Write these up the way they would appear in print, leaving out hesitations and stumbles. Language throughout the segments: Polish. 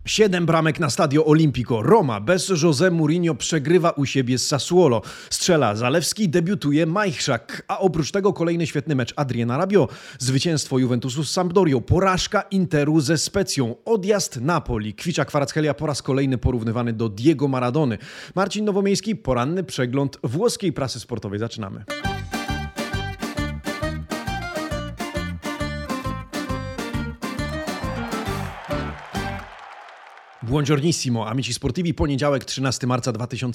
7 bramek na Stadio Olimpico. Roma bez José Mourinho przegrywa u siebie z Sassuolo. Strzela Zalewski, debiutuje Majchrzak. A oprócz tego kolejny świetny mecz Adriana Rabiot. Zwycięstwo Juventusu z Sampdorią. Porażka Interu ze Specją. Odjazd Napoli. Kvaratskhelia po raz kolejny porównywany do Diego Maradony. Marcin Nowomiejski, poranny przegląd włoskiej prasy sportowej. Zaczynamy. Buongiornissimo, amici sportivi, poniedziałek 13 marca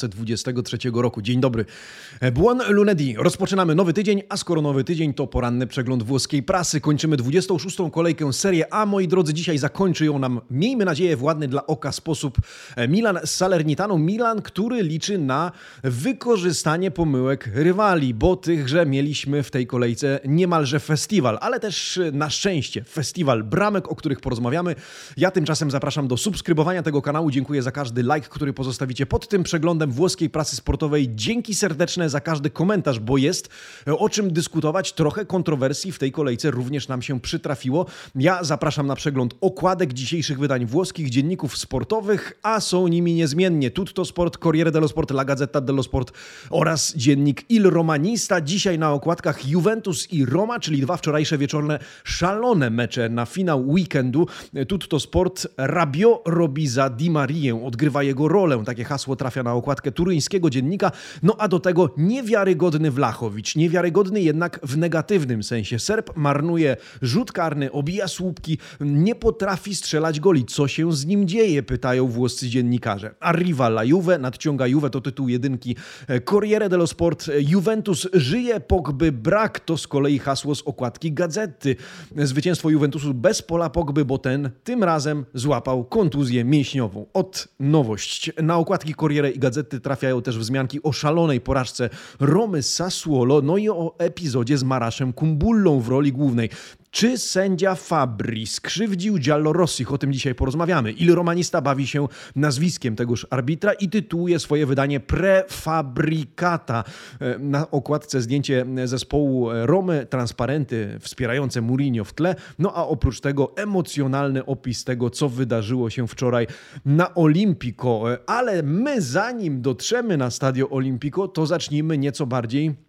2023 roku. Dzień dobry. Buon lunedì. Rozpoczynamy nowy tydzień, a skoro nowy tydzień, to poranny przegląd włoskiej prasy. Kończymy 26. kolejkę Serie A. Moi drodzy, dzisiaj zakończy ją nam, miejmy nadzieję, w ładny dla oka sposób Milan z Salernitaną. Milan, który liczy na wykorzystanie pomyłek rywali, bo tychże mieliśmy w tej kolejce niemalże festiwal, ale też na szczęście festiwal bramek, o których porozmawiamy. Ja tymczasem zapraszam do subskrybowania tego kanału. Dziękuję za każdy like, który pozostawicie pod tym przeglądem włoskiej prasy sportowej. Dzięki serdeczne za każdy komentarz, bo jest o czym dyskutować. Trochę kontrowersji w tej kolejce również nam się przytrafiło. Ja zapraszam na przegląd okładek dzisiejszych wydań włoskich dzienników sportowych, a są nimi niezmiennie Tutto Sport, Corriere dello Sport, La Gazzetta dello Sport oraz dziennik Il Romanista. Dzisiaj na okładkach Juventus i Roma, czyli dwa wczorajsze wieczorne szalone mecze na finał weekendu. Tutto Sport, Rabiot robi za Di Marię, odgrywa jego rolę. Takie hasło trafia na okładkę turyńskiego dziennika. No a do tego niewiarygodny Vlahovic. Niewiarygodny jednak w negatywnym sensie. Serb marnuje rzut karny, obija słupki, nie potrafi strzelać goli. Co się z nim dzieje? Pytają włoscy dziennikarze. Arriva la Juve, nadciąga Juve, to tytuł jedynki Corriere dello Sport. Juventus żyje, Pogby brak. To z kolei hasło z okładki Gazety. Zwycięstwo Juventusu bez Pola Pogby, bo ten tym razem złapał kontuzję mięśniową. Nowość. Na okładki Corriere i Gazety trafiają też wzmianki o szalonej porażce Romy z Sassuolo, no i o epizodzie z Maraszem Kumbullą w roli głównej. Czy sędzia Fabbri skrzywdził Giallorossich? O tym dzisiaj porozmawiamy. Il Romanista bawi się nazwiskiem tegoż arbitra i tytułuje swoje wydanie Prefabbricata. Na okładce zdjęcie zespołu Romy, transparenty wspierające Mourinho w tle, no a oprócz tego emocjonalny opis tego, co wydarzyło się wczoraj na Olimpico. Ale my, zanim dotrzemy na Stadio Olimpico, to zacznijmy nieco bardziej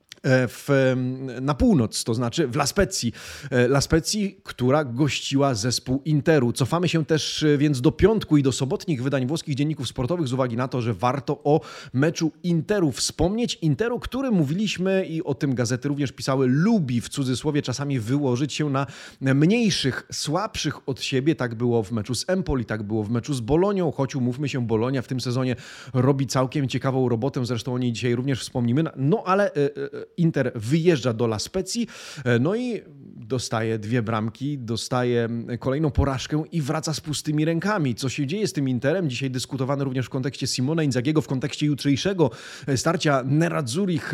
na północ, to znaczy w La Spezii. La Spezii, która gościła zespół Interu. Cofamy się też więc do piątku i do sobotnich wydań włoskich dzienników sportowych z uwagi na to, że warto o meczu Interu wspomnieć. Interu, który mówiliśmy i o tym gazety również pisały, lubi w cudzysłowie czasami wyłożyć się na mniejszych, słabszych od siebie. Tak było w meczu z Empoli, tak było w meczu z Bolonią, choć umówmy się, Bolonia w tym sezonie robi całkiem ciekawą robotę, zresztą o niej dzisiaj również wspomnimy. No ale Inter wyjeżdża do La Spezii, no i dostaje 2 bramki, dostaje kolejną porażkę i wraca z pustymi rękami. Co się dzieje z tym Interem? Dzisiaj dyskutowano również w kontekście Simona Inzaghiego, w kontekście jutrzejszego starcia Nerazzurich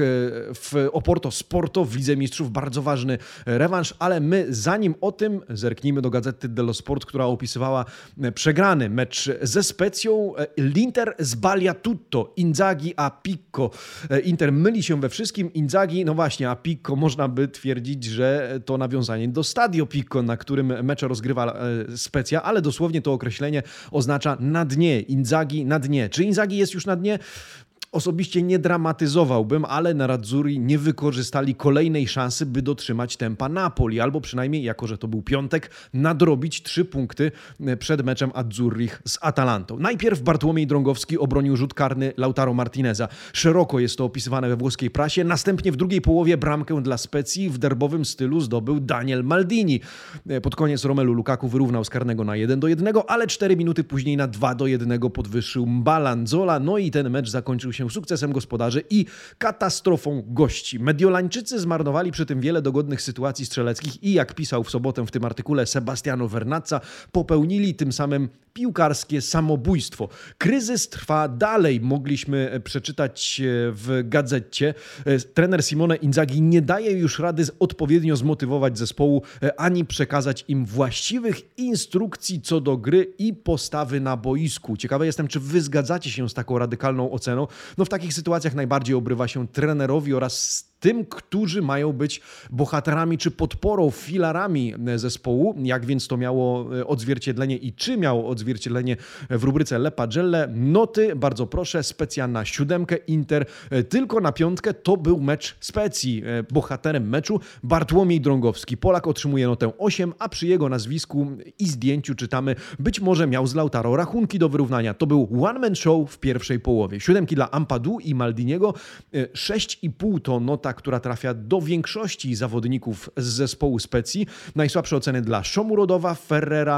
w Oporto Sporto w Lidze Mistrzów. Bardzo ważny rewanż, ale my zanim o tym zerknijmy do Gazety dello Sport, która opisywała przegrany mecz ze Specją. L'Inter sbaglia tutto, Inzaghi a picco. Inter myli się we wszystkim, Inzaghi, no właśnie, a Picco można by twierdzić, że to nawiązanie do Stadio Picco, na którym mecze rozgrywa Specja, ale dosłownie to określenie oznacza na dnie. Inzaghi na dnie. Czy Inzaghi jest już na dnie? Osobiście nie dramatyzowałbym, ale Nerazzurri nie wykorzystali kolejnej szansy, by dotrzymać tempa Napoli, albo przynajmniej, jako że to był piątek, nadrobić 3 punkty przed meczem Azzurrich z Atalantą. Najpierw Bartłomiej Drągowski obronił rzut karny Lautaro Martineza. Szeroko jest to opisywane we włoskiej prasie. Następnie w drugiej połowie bramkę dla Specji w derbowym stylu zdobył Daniel Maldini. Pod koniec Romelu Lukaku wyrównał z karnego na 1-1, ale 4 minuty później na 2-1 podwyższył Mbalanzola. No i ten mecz zakończył się sukcesem gospodarzy i katastrofą gości. Mediolańczycy zmarnowali przy tym wiele dogodnych sytuacji strzeleckich i jak pisał w sobotę w tym artykule Sebastiano Vernazza, popełnili tym samym piłkarskie samobójstwo. Kryzys trwa dalej, mogliśmy przeczytać w gazecie. Trener Simone Inzaghi nie daje już rady odpowiednio zmotywować zespołu, ani przekazać im właściwych instrukcji co do gry i postawy na boisku. Ciekawy jestem, czy wy zgadzacie się z taką radykalną oceną. No w takich sytuacjach najbardziej obrywa się trenerowi oraz tym, którzy mają być bohaterami czy podporą, filarami zespołu. Jak więc to miało odzwierciedlenie i czy miało odzwierciedlenie w rubryce Le Pagelle? Noty, bardzo proszę, Specja na 7, Inter tylko na 5. To był mecz Specji. Bohaterem meczu Bartłomiej Drągowski. Polak otrzymuje notę 8, a przy jego nazwisku i zdjęciu czytamy: być może miał z Lautaro rachunki do wyrównania. To był one-man show w pierwszej połowie. 7 dla Ampadu i Maldiniego. 6,5 to nota, która trafia do większości zawodników z zespołu Specji. Najsłabsze oceny dla Szomurodowa, Ferrera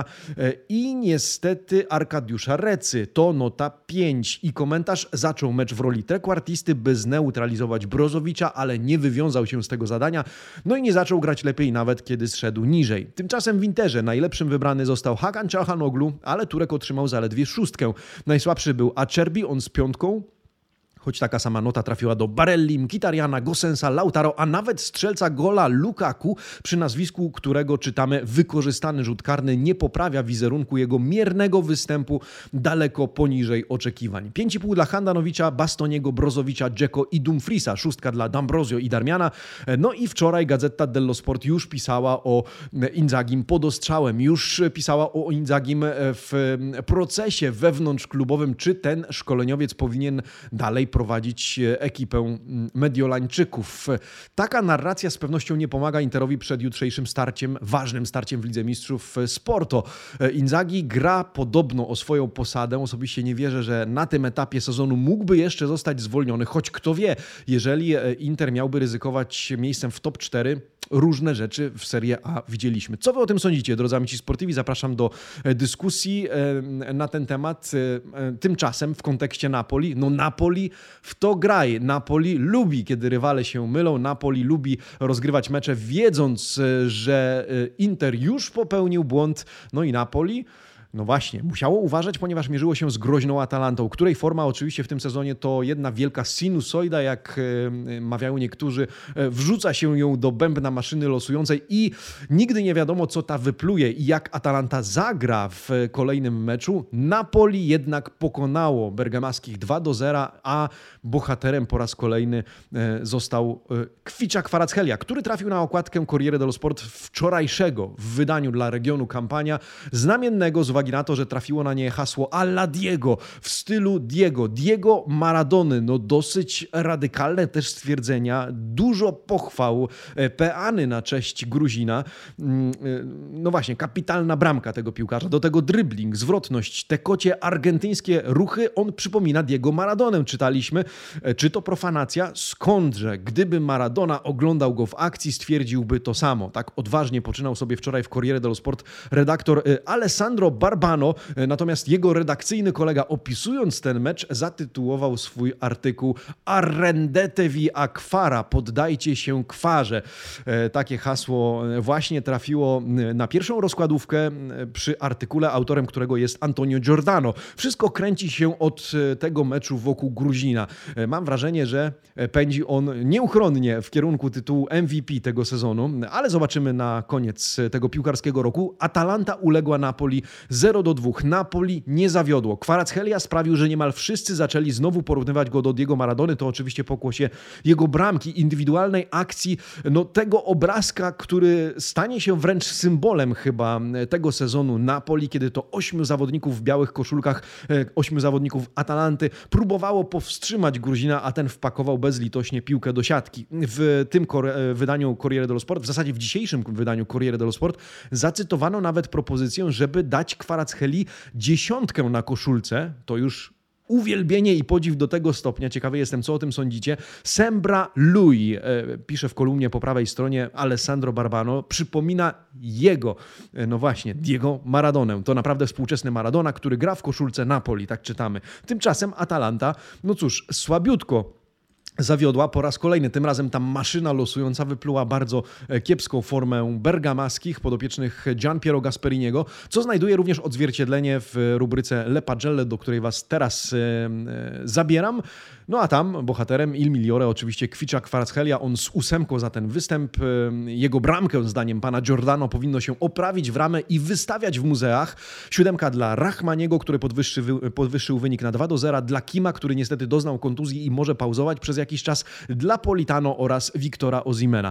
i niestety Arkadiusza Recy. To nota 5. I komentarz: zaczął mecz w roli trekwartisty, by zneutralizować Brozowicza, ale nie wywiązał się z tego zadania. No i nie zaczął grać lepiej nawet, kiedy zszedł niżej. Tymczasem w Interze najlepszym wybrany został Hakan Çalhanoğlu, ale Turek otrzymał zaledwie 6. Najsłabszy był Acerbi, on z 5. Choć taka sama nota trafiła do Barelli, Mkhitarjana, Gossensa, Lautaro, a nawet strzelca gola Lukaku, przy nazwisku którego czytamy: wykorzystany rzut karny nie poprawia wizerunku jego miernego występu, daleko poniżej oczekiwań. 5,5 dla Handanowicza, Bastoniego, Brozowicza, Dzeko i Dumfriesa, 6 dla D'Ambrosio i Darmiana. No i wczoraj Gazzetta dello Sport już pisała o Inzagim pod ostrzałem, już pisała o Inzagim w procesie wewnątrzklubowym, czy ten szkoleniowiec powinien dalej prowadzić ekipę Mediolańczyków. Taka narracja z pewnością nie pomaga Interowi przed jutrzejszym starciem, ważnym starciem w Lidze Mistrzów z Porto. Inzaghi gra podobno o swoją posadę. Osobiście nie wierzę, że na tym etapie sezonu mógłby jeszcze zostać zwolniony, choć kto wie, jeżeli Inter miałby ryzykować miejscem w top 4, różne rzeczy w Serie A widzieliśmy. Co wy o tym sądzicie, drodzy amici sportivi? Zapraszam do dyskusji na ten temat. Tymczasem w kontekście Napoli, no Napoli w to graj. Napoli lubi, kiedy rywale się mylą. Napoli lubi rozgrywać mecze, wiedząc, że Inter już popełnił błąd. No i Napoli, no właśnie, musiało uważać, ponieważ mierzyło się z groźną Atalantą, której forma oczywiście w tym sezonie to jedna wielka sinusoida, jak mawiają niektórzy. Wrzuca się ją do bębna maszyny losującej i nigdy nie wiadomo, co ta wypluje i jak Atalanta zagra w kolejnym meczu. Napoli jednak pokonało bergamaskich 2-0, a bohaterem po raz kolejny został Khvicha Kvaratskhelia, który trafił na okładkę Corriere dello Sport wczorajszego w wydaniu dla regionu Campania, znamiennego z uwagi na to, że trafiło na nie hasło alla Diego, w stylu Diego Maradony. No dosyć radykalne też stwierdzenia, dużo pochwał, peany na cześć Gruzina. No właśnie, kapitalna bramka tego piłkarza, do tego dribbling, zwrotność, te kocie argentyńskie ruchy, on przypomina Diego Maradonę, czytaliśmy. Czy to profanacja? Skądże? Gdyby Maradona oglądał go w akcji, stwierdziłby to samo. Tak odważnie poczynał sobie wczoraj w Corriere dello Sport redaktor Alessandro Barbano, natomiast jego redakcyjny kolega, opisując ten mecz, zatytułował swój artykuł Arrendetevi a Kvara, poddajcie się Kwarze. Takie hasło właśnie trafiło na pierwszą rozkładówkę przy artykule, autorem którego jest Antonio Giordano. Wszystko kręci się od tego meczu wokół Gruzina. Mam wrażenie, że pędzi on nieuchronnie w kierunku tytułu MVP tego sezonu, ale zobaczymy na koniec tego piłkarskiego roku. Atalanta uległa Napoli 0-2. Napoli nie zawiodło. Kvaratskhelia sprawił, że niemal wszyscy zaczęli znowu porównywać go do Diego Maradony. To oczywiście pokłosie jego bramki, indywidualnej akcji, no tego obrazka, który stanie się wręcz symbolem chyba tego sezonu Napoli, kiedy to 8 zawodników w białych koszulkach, 8 zawodników Atalanty próbowało powstrzymać Gruzina, a ten wpakował bezlitośnie piłkę do siatki. W tym wydaniu Corriere dello Sport, w zasadzie w dzisiejszym wydaniu Corriere dello Sport, zacytowano nawet propozycję, żeby dać Kvaratskhelii 10 na koszulce. To już uwielbienie i podziw do tego stopnia. Ciekawy jestem, co o tym sądzicie. Sembra lui, pisze w kolumnie po prawej stronie Alessandro Barbano, przypomina jego, no właśnie, Diego Maradonę. To naprawdę współczesny Maradona, który gra w koszulce Napoli, tak czytamy. Tymczasem Atalanta, no cóż, słabiutko zawiodła po raz kolejny. Tym razem ta maszyna losująca wypluła bardzo kiepską formę bergamaskich podopiecznych Gianpiero Gasperiniego, co znajduje również odzwierciedlenie w rubryce Le Pagelle, do której was teraz zabieram. No a tam bohaterem Il Migliore oczywiście Kvicha Kvaratskhelia, on z 8 za ten występ. Jego bramkę zdaniem pana Giordano powinno się oprawić w ramę i wystawiać w muzeach. 7 dla Rahmaniego, który podwyższył wynik na 2-0, dla Kima, który niestety doznał kontuzji i może pauzować przez jakiś czas, dla Politano oraz Wiktora Osimena.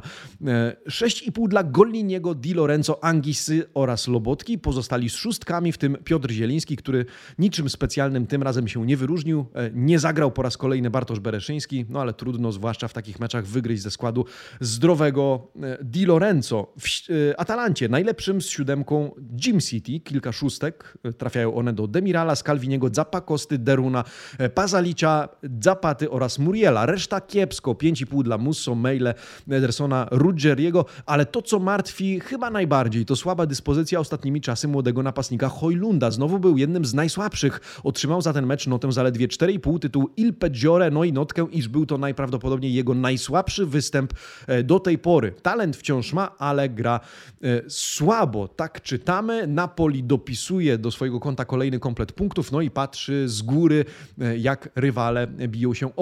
6,5 dla Golliniego, Di Lorenzo, Anguissy oraz Lobotki. Pozostali z 6, w tym Piotr Zieliński, który niczym specjalnym tym razem się nie wyróżnił. Nie zagrał po raz kolejny Bartosz Bereszyński, no ale trudno, zwłaszcza w takich meczach, wygryźć ze składu zdrowego Di Lorenzo. W Atalancie najlepszym z 7 Jim City, kilka 6. Trafiają one do Demirala, Scalviniego, Zappacosty, Deruna, Pasalicia, Zapaty oraz Muriela. Reszta kiepsko, 5,5 dla Musso, Meile, Edersona, Ruggeriego, ale to, co martwi chyba najbardziej, to słaba dyspozycja ostatnimi czasy młodego napastnika Højlunda. Znowu był jednym z najsłabszych. Otrzymał za ten mecz notę zaledwie 4,5, tytuł Il Peggiore, no i notkę, iż był to najprawdopodobniej jego najsłabszy występ do tej pory. Talent wciąż ma, ale gra słabo. Tak czytamy. Napoli dopisuje do swojego konta kolejny komplet punktów, no i patrzy z góry, jak rywale biją się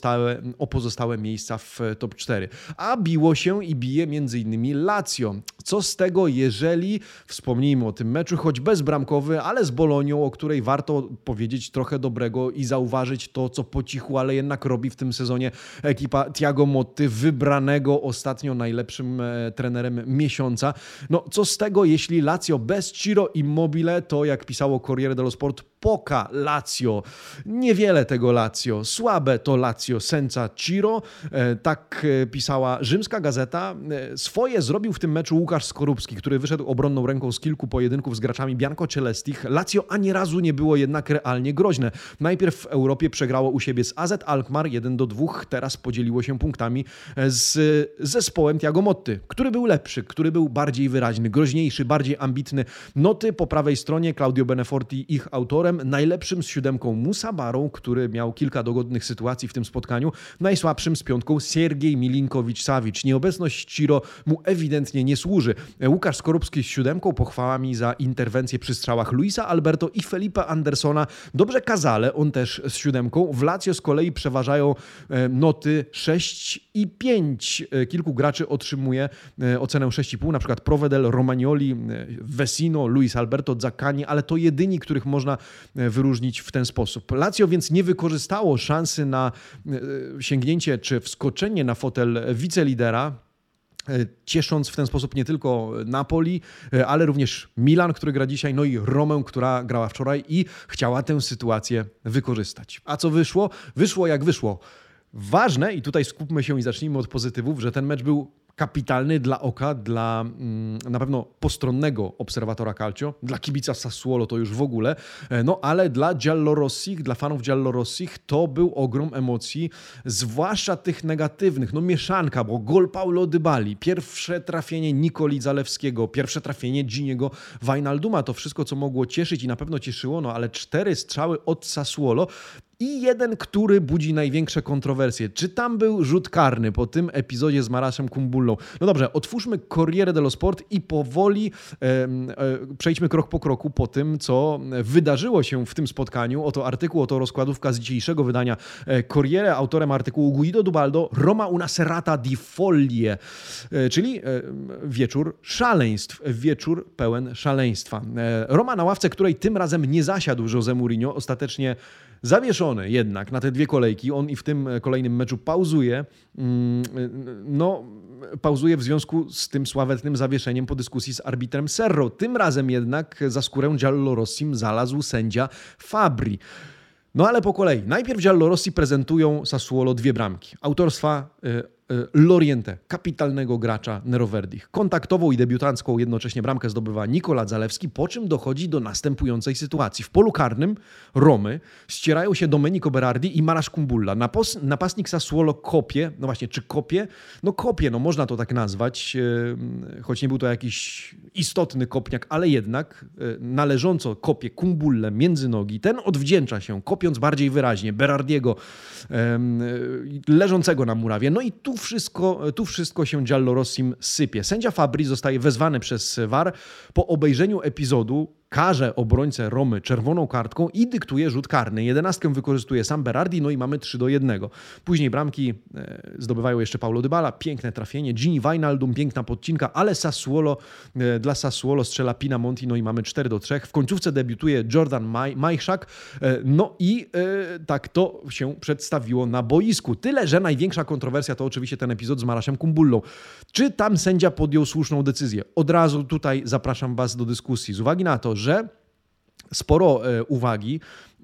o pozostałe miejsca w top 4. A biło się i bije m.in. Lazio. Co z tego, jeżeli, wspomnijmy o tym meczu, choć bezbramkowy, ale z Bolonią, o której warto powiedzieć trochę dobrego i zauważyć to, co po cichu, ale jednak robi w tym sezonie ekipa Thiago Motty, wybranego ostatnio najlepszym trenerem miesiąca. No co z tego, jeśli Lazio bez Ciro Immobile, to jak pisało Corriere dello Sport, poca Lazio. Niewiele tego Lazio. Słabe to Lazio senza Ciro. Tak pisała rzymska gazeta. Swoje zrobił w tym meczu Łukasz Skorupski, który wyszedł obronną ręką z kilku pojedynków z graczami Biancocelestich. Lazio ani razu nie było jednak realnie groźne. Najpierw w Europie przegrało u siebie z AZ Alkmaar 1-2. Teraz podzieliło się punktami z zespołem Thiago Motty, który był lepszy, który był bardziej wyraźny, groźniejszy, bardziej ambitny. Noty po prawej stronie Claudio Beneforti, ich autorem. Najlepszym z 7 Musa Barą, który miał kilka dogodnych sytuacji w tym spotkaniu. Najsłabszym z 5 Siergiej Milinkowicz-Savic. Nieobecność Ciro mu ewidentnie nie służy. Łukasz Skorupski z 7 pochwałami za interwencję przy strzałach Luisa Alberto i Felipe Andersona. Dobrze Casale, on też z 7. W Lazio z kolei przeważają noty 6 i 5. Kilku graczy otrzymuje ocenę 6,5, na przykład Provedel, Romagnoli, Vecino, Luis Alberto, Zaccagni, ale to jedyni, których można wyróżnić w ten sposób. Lazio więc nie wykorzystało szansy na sięgnięcie czy wskoczenie na fotel wicelidera, ciesząc w ten sposób nie tylko Napoli, ale również Milan, który gra dzisiaj, no i Romę, która grała wczoraj i chciała tę sytuację wykorzystać. A co wyszło? Wyszło jak wyszło. Ważne, i tutaj skupmy się i zacznijmy od pozytywów, że ten mecz był kapitalny dla oka, dla na pewno postronnego obserwatora Calcio, dla kibica Sassuolo to już w ogóle, no ale dla giallorossich, dla fanów giallorossich to był ogrom emocji, zwłaszcza tych negatywnych, no mieszanka, bo gol Paulo Dybali, pierwsze trafienie Nikoli Zalewskiego, pierwsze trafienie Giniego Wijnalduma, to wszystko, co mogło cieszyć i na pewno cieszyło, no ale 4 strzały od Sassuolo i jeden, który budzi największe kontrowersje. Czy tam był rzut karny po tym epizodzie z Maraszem Kumbullą? No dobrze, otwórzmy Corriere dello Sport i powoli przejdźmy krok po kroku po tym, co wydarzyło się w tym spotkaniu. Oto artykuł, oto rozkładówka z dzisiejszego wydania Corriere. Autorem artykułu Guido Dubaldo, Roma una serata di follie, czyli wieczór szaleństw, wieczór pełen szaleństwa. Roma na ławce, której tym razem nie zasiadł José Mourinho, ostatecznie zawieszony jednak na te 2 kolejki. On i w tym kolejnym meczu pauzuje. No, pauzuje w związku z tym sławetnym zawieszeniem po dyskusji z arbitrem Serro. Tym razem jednak za skórę giallorossim zalazł sędzia Fabbri. No ale po kolei. Najpierw giallorossi prezentują Sassuolo 2 bramki. Autorstwa Loriente, kapitalnego gracza Neroverdich. Kontaktową i debiutancką jednocześnie bramkę zdobywa Nikola Zalewski, po czym dochodzi do następującej sytuacji. W polu karnym Romy ścierają się Domenico Berardi i Marasz Kumbulla. Napastnik Sassuolo kopie, no właśnie, czy kopie? No kopie, no można to tak nazwać, choć nie był to jakiś istotny kopniak, ale jednak należąco kopie Kumbullę między nogi. Ten odwdzięcza się, kopiąc bardziej wyraźnie Berardiego, leżącego na murawie. No i tu wszystko się giallorossim sypie. Sędzia Fabbri zostaje wezwany przez VAR po obejrzeniu epizodu. karze obrońcę Romy czerwoną kartką i dyktuje rzut karny. 11 wykorzystuje sam Berardi, no i mamy 3-1. Później bramki zdobywają jeszcze Paulo Dybala, piękne trafienie, Gini Wijnaldum, piękna podcinka, ale dla Sassuolo strzela Pinamonti, no i mamy 4-3. W końcówce debiutuje Jordan Majszak, no i tak to się przedstawiło na boisku. Tyle, że największa kontrowersja to oczywiście ten epizod z Maraszem Kumbullą. Czy tam sędzia podjął słuszną decyzję? Od razu tutaj zapraszam Was do dyskusji, z uwagi na to, że sporo uwagi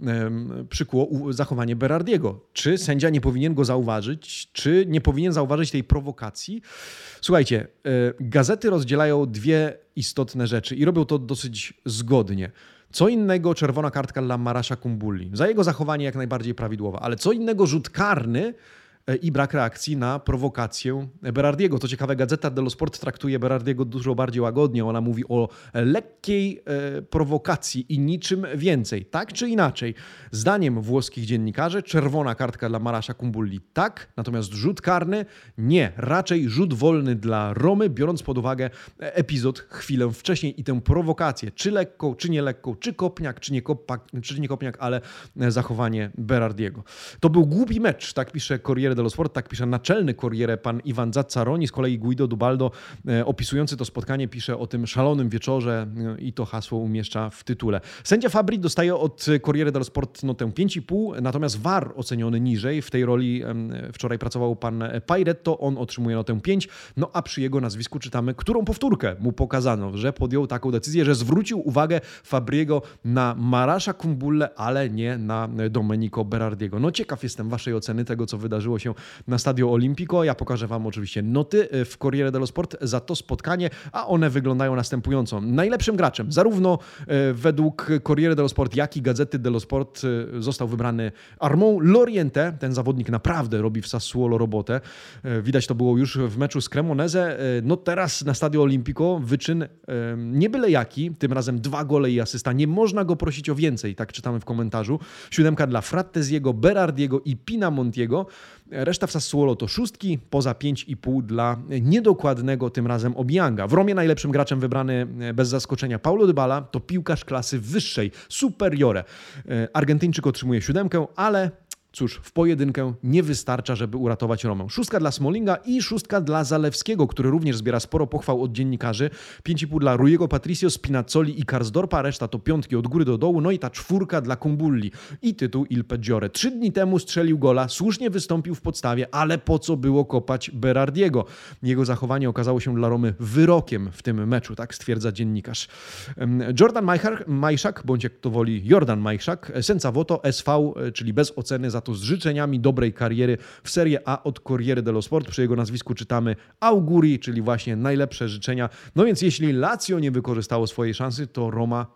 przykuło zachowanie Berardiego. Czy sędzia nie powinien go zauważyć? Czy nie powinien zauważyć tej prowokacji? Słuchajcie, gazety rozdzielają dwie istotne rzeczy i robią to dosyć zgodnie. Co innego czerwona kartka dla Marasza Kumbulli. Za jego zachowanie jak najbardziej prawidłowa, ale co innego rzut karny i brak reakcji na prowokację Berardiego. Co ciekawe, Gazeta dello Sport traktuje Berardiego dużo bardziej łagodnie. Ona mówi o lekkiej prowokacji i niczym więcej. Tak czy inaczej, zdaniem włoskich dziennikarzy czerwona kartka dla Marasza Kumbulli tak, natomiast rzut karny nie. Raczej rzut wolny dla Romy, biorąc pod uwagę epizod chwilę wcześniej i tę prowokację. Czy lekką, czy nie lekką, czy kopniak, czy nie kopniak, ale zachowanie Berardiego. To był głupi mecz, tak pisze Corriere dello Sport, tak pisze naczelny Corriere pan Ivan Zazzaroni. Z kolei Guido Dubaldo, opisujący to spotkanie, pisze o tym szalonym wieczorze i to hasło umieszcza w tytule. Sędzia Fabbri dostaje od Corriere dello Sport notę 5,5, natomiast VAR oceniony niżej. W tej roli wczoraj pracował pan Pairetto, on otrzymuje notę 5, no a przy jego nazwisku czytamy, którą powtórkę mu pokazano, że podjął taką decyzję, że zwrócił uwagę Fabbriego na Marasza Kumbullę, ale nie na Domenico Berardiego. No ciekaw jestem waszej oceny tego, co wydarzyło się na Stadio Olimpico. Ja pokażę wam oczywiście noty w Corriere dello Sport za to spotkanie, a one wyglądają następująco. Najlepszym graczem, zarówno według Corriere dello Sport, jak i Gazety dello Sport został wybrany Armand Loriente. Ten zawodnik naprawdę robi w Sassuolo robotę. Widać to było już w meczu z Cremonese. No teraz na Stadio Olimpico wyczyn nie byle jaki, tym razem 2 gole i asysta. Nie można go prosić o więcej, tak czytamy w komentarzu. 7 dla Fratteziego, Berardiego i Pinamontiego. Reszta w Sassuolo to 6, poza 5,5 dla niedokładnego tym razem Obianga. W Romie najlepszym graczem wybrany bez zaskoczenia Paulo Dybala, to piłkarz klasy wyższej, superiore. Argentyńczyk otrzymuje 7, ale cóż, w pojedynkę nie wystarcza, żeby uratować Romę. 6 dla Smallinga i 6 dla Zalewskiego, który również zbiera sporo pochwał od dziennikarzy. 5,5 dla Ruiego Patricio, Spinazzoli i Karsdorpa, reszta to 5 od góry do dołu, no i ta 4 dla Kumbulli i tytuł Il Peggiore. 3 dni temu strzelił gola, słusznie wystąpił w podstawie, ale po co było kopać Berardiego? Jego zachowanie okazało się dla Romy wyrokiem w tym meczu, tak stwierdza dziennikarz. Jordan Majszak, bądź jak to woli Jordan Majszak, senza voto SV, czyli bez oceny, za to z życzeniami dobrej kariery w Serie A od Corriere dello Sport. Przy jego nazwisku czytamy auguri, czyli właśnie najlepsze życzenia. No więc jeśli Lazio nie wykorzystało swojej szansy, to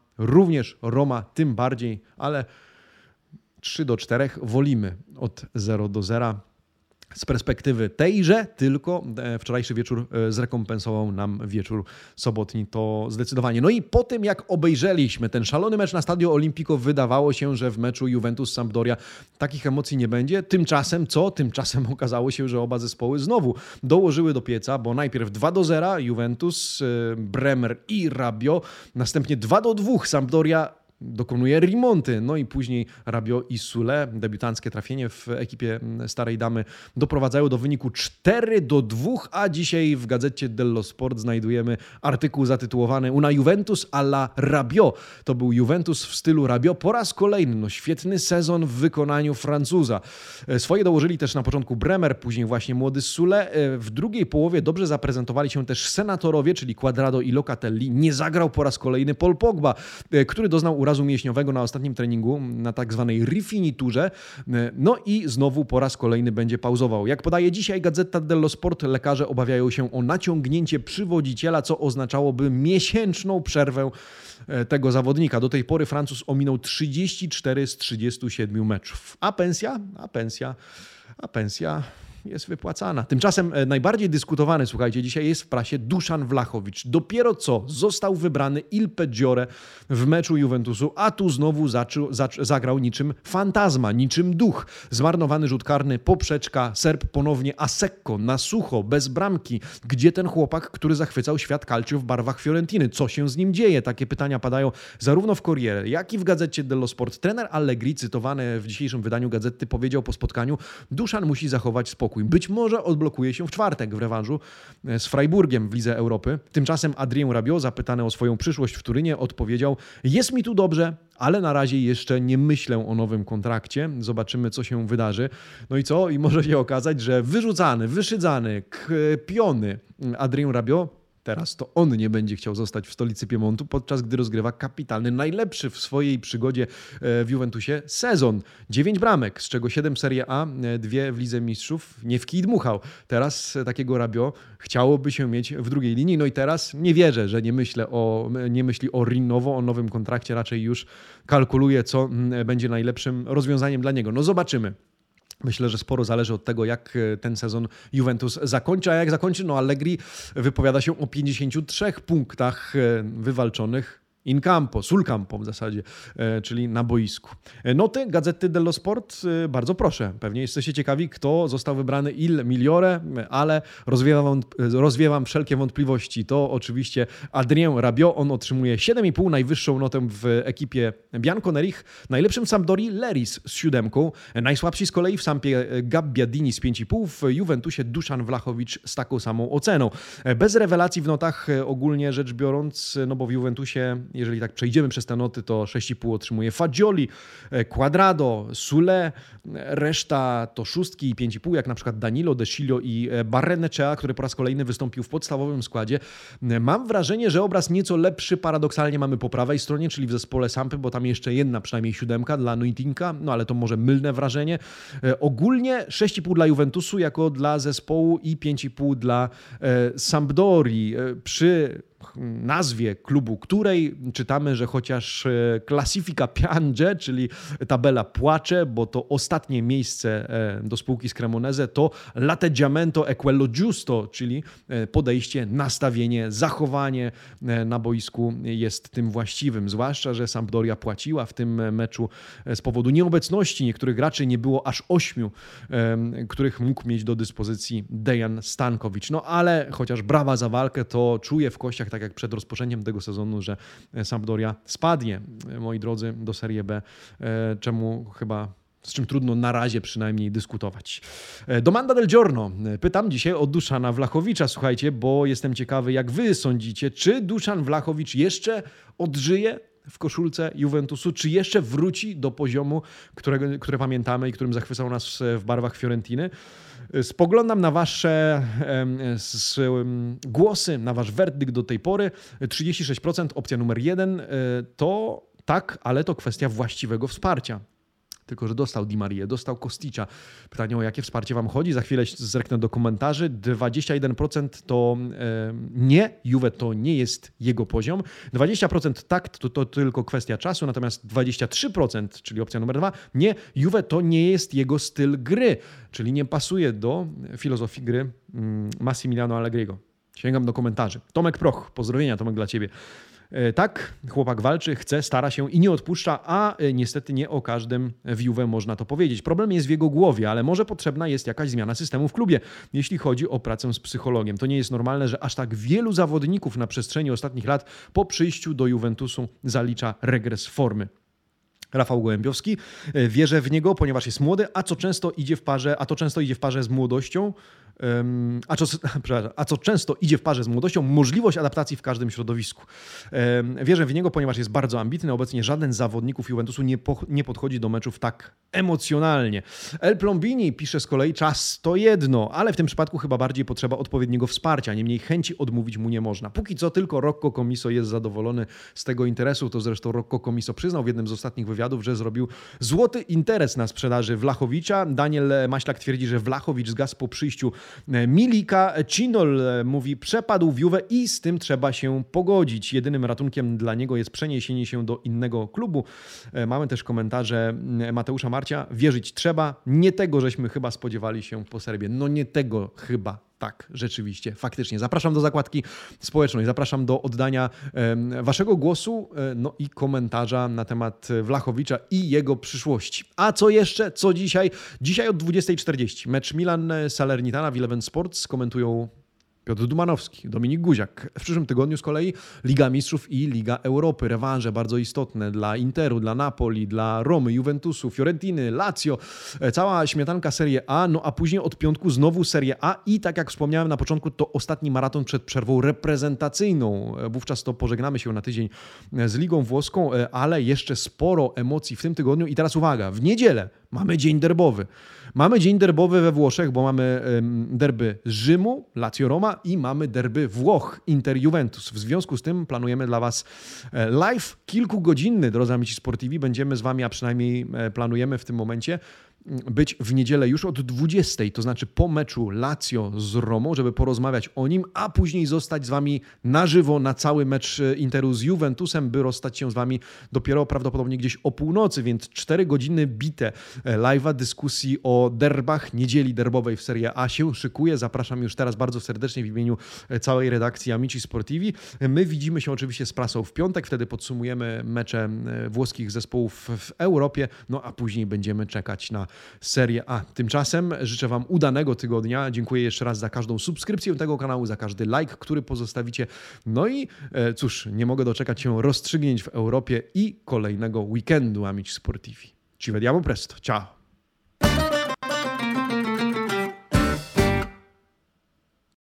Roma tym bardziej, ale 3-4 wolimy od 0-0. Z perspektywy tejże tylko wczorajszy wieczór zrekompensował nam wieczór sobotni, to zdecydowanie. No i po tym, jak obejrzeliśmy ten szalony mecz na Stadio Olimpico, wydawało się, że w meczu Juventus-Sampdoria takich emocji nie będzie. Tymczasem Tymczasem okazało się, że oba zespoły znowu dołożyły do pieca, bo najpierw 2-0 Juventus, Bremer i Rabiot, następnie 2-2 Sampdoria dokonuje remonty, no i później Rabiot i Sule, debiutanckie trafienie w ekipie Starej Damy, doprowadzają do wyniku 4-2, a dzisiaj w Gazecie dello Sport znajdujemy artykuł zatytułowany Una Juventus alla Rabiot. To był Juventus w stylu Rabiot po raz kolejny. No, świetny sezon w wykonaniu Francuza. Swoje dołożyli też na początku Bremer, później właśnie młody Sule. W drugiej połowie dobrze zaprezentowali się też senatorowie, czyli Quadrado i Locatelli. Nie zagrał po raz kolejny Paul Pogba, który doznał urazu mięśniowego na ostatnim treningu, na tak zwanej rifiniturze. No i znowu po raz kolejny będzie pauzował. Jak podaje dzisiaj Gazeta dello Sport, lekarze obawiają się o naciągnięcie przywodziciela, co oznaczałoby miesięczną przerwę tego zawodnika. Do tej pory Francuz ominął 34 z 37 meczów. A pensja jest wypłacana. Tymczasem najbardziej dyskutowany, słuchajcie, dzisiaj jest w prasie Duszan Vlahović. Dopiero co został wybrany Il Peggiore w meczu Juventusu, a tu znowu zagrał niczym fantazma, niczym duch. Zmarnowany rzut karny, poprzeczka, Serb ponownie a secco, na sucho, bez bramki. Gdzie ten chłopak, który zachwycał świat calcio w barwach Fiorentiny? Co się z nim dzieje? Takie pytania padają zarówno w Corriere, jak i w gazecie dello Sport. Trener Allegri, cytowany w dzisiejszym wydaniu gazety, powiedział po spotkaniu: Duszan musi zachować spokój. Być może odblokuje się w czwartek w rewanżu z Freiburgiem w Lidze Europy. Tymczasem Adrien Rabiot, zapytany o swoją przyszłość w Turynie, odpowiedział: jest mi tu dobrze, ale na razie jeszcze nie myślę o nowym kontrakcie. Zobaczymy, co się wydarzy. No i co? I może się okazać, że wyrzucany, wyszydzany, kpiony Adrien Rabiot, teraz to on nie będzie chciał zostać w stolicy Piemontu, podczas gdy rozgrywa kapitalny, najlepszy w swojej przygodzie w Juventusie sezon. 9 bramek, z czego 7 Serie A, 2 w Lidze Mistrzów. Nie w kij dmuchał. Teraz takiego Rabiot chciałoby się mieć w drugiej linii. No i teraz nie wierzę, że nie myśli o Rinnowo, o nowym kontrakcie. Raczej już kalkuluje, co będzie najlepszym rozwiązaniem dla niego. No zobaczymy. Myślę, że sporo zależy od tego, jak ten sezon Juventus zakończy, a jak zakończy, no Allegri wypowiada się o 53 punktach wywalczonych in campo, sul campo w zasadzie, czyli na boisku. Noty Gazety dello Sport, bardzo proszę. Pewnie jesteście ciekawi, kto został wybrany Il Migliore, ale rozwiewam wszelkie wątpliwości. To oczywiście Adrien Rabiot. On otrzymuje 7,5, najwyższą notę w ekipie Bianconerich. Najlepszym Sampdori Leris z 7. Najsłabsi z kolei w Sampie Gabbiadini z 5,5. W Juventusie Duszan Vlahović z taką samą oceną. Bez rewelacji w notach ogólnie rzecz biorąc, no bo w Juventusie, jeżeli tak przejdziemy przez te noty, to 6,5 otrzymuje Fagioli, Quadrado, Sule, reszta to 6 i 5,5, jak na przykład Danilo, De Sciglio i Barrenechea, który po raz kolejny wystąpił w podstawowym składzie. Mam wrażenie, że obraz nieco lepszy paradoksalnie mamy po prawej stronie, czyli w zespole Sampy, bo tam jeszcze jedna przynajmniej 7 dla Nuitinka, no ale to może mylne wrażenie. Ogólnie 6,5 dla Juventusu jako dla zespołu i 5,5 dla Sampdori. Przy nazwie klubu, której czytamy, że chociaż Classifica Piange, czyli tabela płacze, bo to ostatnie miejsce do spółki z Cremonese, to l'atteggiamento è quello giusto, czyli podejście, nastawienie, zachowanie na boisku jest tym właściwym. Zwłaszcza, że Sampdoria płaciła w tym meczu z powodu nieobecności niektórych graczy. Nie było aż 8, których mógł mieć do dyspozycji Dejan Stankovic. No ale chociaż brawa za walkę, to czuję w kościach, tak jak przed rozpoczęciem tego sezonu, że Sampdoria spadnie, moi drodzy, do Serie B, z czym trudno na razie przynajmniej dyskutować. Domanda del giorno. Pytam dzisiaj o Duszana Vlahovicza, słuchajcie, bo jestem ciekawy, jak wy sądzicie, czy Duszan Vlahović jeszcze odżyje w koszulce Juventusu, czy jeszcze wróci do poziomu, które pamiętamy i którym zachwycał nas w barwach Fiorentiny. Spoglądam na wasze głosy, na wasz werdykt do tej pory. 36%, opcja numer 1 to tak, ale to kwestia właściwego wsparcia. Tylko że dostał Di Marię, dostał Kosticza. Pytanie, o jakie wsparcie wam chodzi? Za chwilę zerknę do komentarzy. 21% to nie, Juve to nie jest jego poziom. 20% tak, to tylko kwestia czasu, natomiast 23%, czyli opcja numer 2, nie, Juve to nie jest jego styl gry, czyli nie pasuje do filozofii gry Massimiliano Allegriego. Sięgam do komentarzy. Tomek Proch, pozdrowienia Tomek dla ciebie. Tak, chłopak walczy, chce, stara się i nie odpuszcza, a niestety nie o każdym w Juve można to powiedzieć. Problem jest w jego głowie, ale może potrzebna jest jakaś zmiana systemu w klubie, jeśli chodzi o pracę z psychologiem. To nie jest normalne, że aż tak wielu zawodników na przestrzeni ostatnich lat po przyjściu do Juventusu zalicza regres formy. Rafał Gołębiowski. Wierzę w niego, ponieważ jest młody, a to często idzie w parze z młodością. A co często idzie w parze z młodością, możliwość adaptacji w każdym środowisku. Wierzę w niego, ponieważ jest bardzo ambitny. Obecnie żaden z zawodników Juventusu nie podchodzi do meczów tak emocjonalnie. El Plombini pisze z kolei, czas to jedno, ale w tym przypadku chyba bardziej potrzeba odpowiedniego wsparcia. Niemniej chęci odmówić mu nie można. Póki co tylko Rocco Commisso jest zadowolony z tego interesu. To zresztą Rocco Commisso przyznał w jednym z ostatnich wywiadów, że zrobił złoty interes na sprzedaży Vlahovicza. Daniel Maślak twierdzi, że Vlahović zgasł po przyjściu Milika Cinol mówi, przepadł w Juve i z tym trzeba się pogodzić. Jedynym ratunkiem dla niego jest przeniesienie się do innego klubu. Mamy też komentarze Mateusza Marcia. Wierzyć trzeba. Nie tego, żeśmy chyba spodziewali się po Serbie. No nie tego chyba. Tak, rzeczywiście, faktycznie. Zapraszam do zakładki społecznej, zapraszam do oddania waszego głosu, no i komentarza na temat Vlahowicza i jego przyszłości. A co jeszcze? Co dzisiaj? Dzisiaj od 20:40 mecz Milan-Salernitana w Eleven Sports komentują Piotr Dumanowski, Dominik Guziak. W przyszłym tygodniu z kolei Liga Mistrzów i Liga Europy. Rewanże bardzo istotne dla Interu, dla Napoli, dla Romy, Juventusu, Fiorentiny, Lazio. Cała śmietanka Serie A, no a później od piątku znowu Serie A i tak jak wspomniałem na początku, to ostatni maraton przed przerwą reprezentacyjną. Wówczas to pożegnamy się na tydzień z Ligą Włoską, ale jeszcze sporo emocji w tym tygodniu. I teraz uwaga, w niedzielę mamy dzień derbowy. Mamy dzień derbowy we Włoszech, bo mamy derby z Rzymu, Lazio-Roma i mamy derby Włoch, Inter-Juventus. W związku z tym planujemy dla was live kilkugodzinny, drodzy amici sportivi. Będziemy z wami, a przynajmniej planujemy w tym momencie być w niedzielę już od 20, to znaczy po meczu Lazio z Romą, żeby porozmawiać o nim, a później zostać z wami na żywo na cały mecz Interu z Juventusem, by rozstać się z wami dopiero prawdopodobnie gdzieś o północy, więc 4 godziny bite live'a dyskusji o derbach, niedzieli derbowej w Serie A się szykuje. Zapraszam już teraz bardzo serdecznie w imieniu całej redakcji Amici Sportivi. My widzimy się oczywiście z prasą w piątek, wtedy podsumujemy mecze włoskich zespołów w Europie, no a później będziemy czekać na Serie A. Tymczasem życzę wam udanego tygodnia. Dziękuję jeszcze raz za każdą subskrypcję tego kanału, za każdy like, który pozostawicie. No i cóż, nie mogę doczekać się rozstrzygnięć w Europie i kolejnego weekendu Amici Sportivi. Ci vediamo presto. Ciao!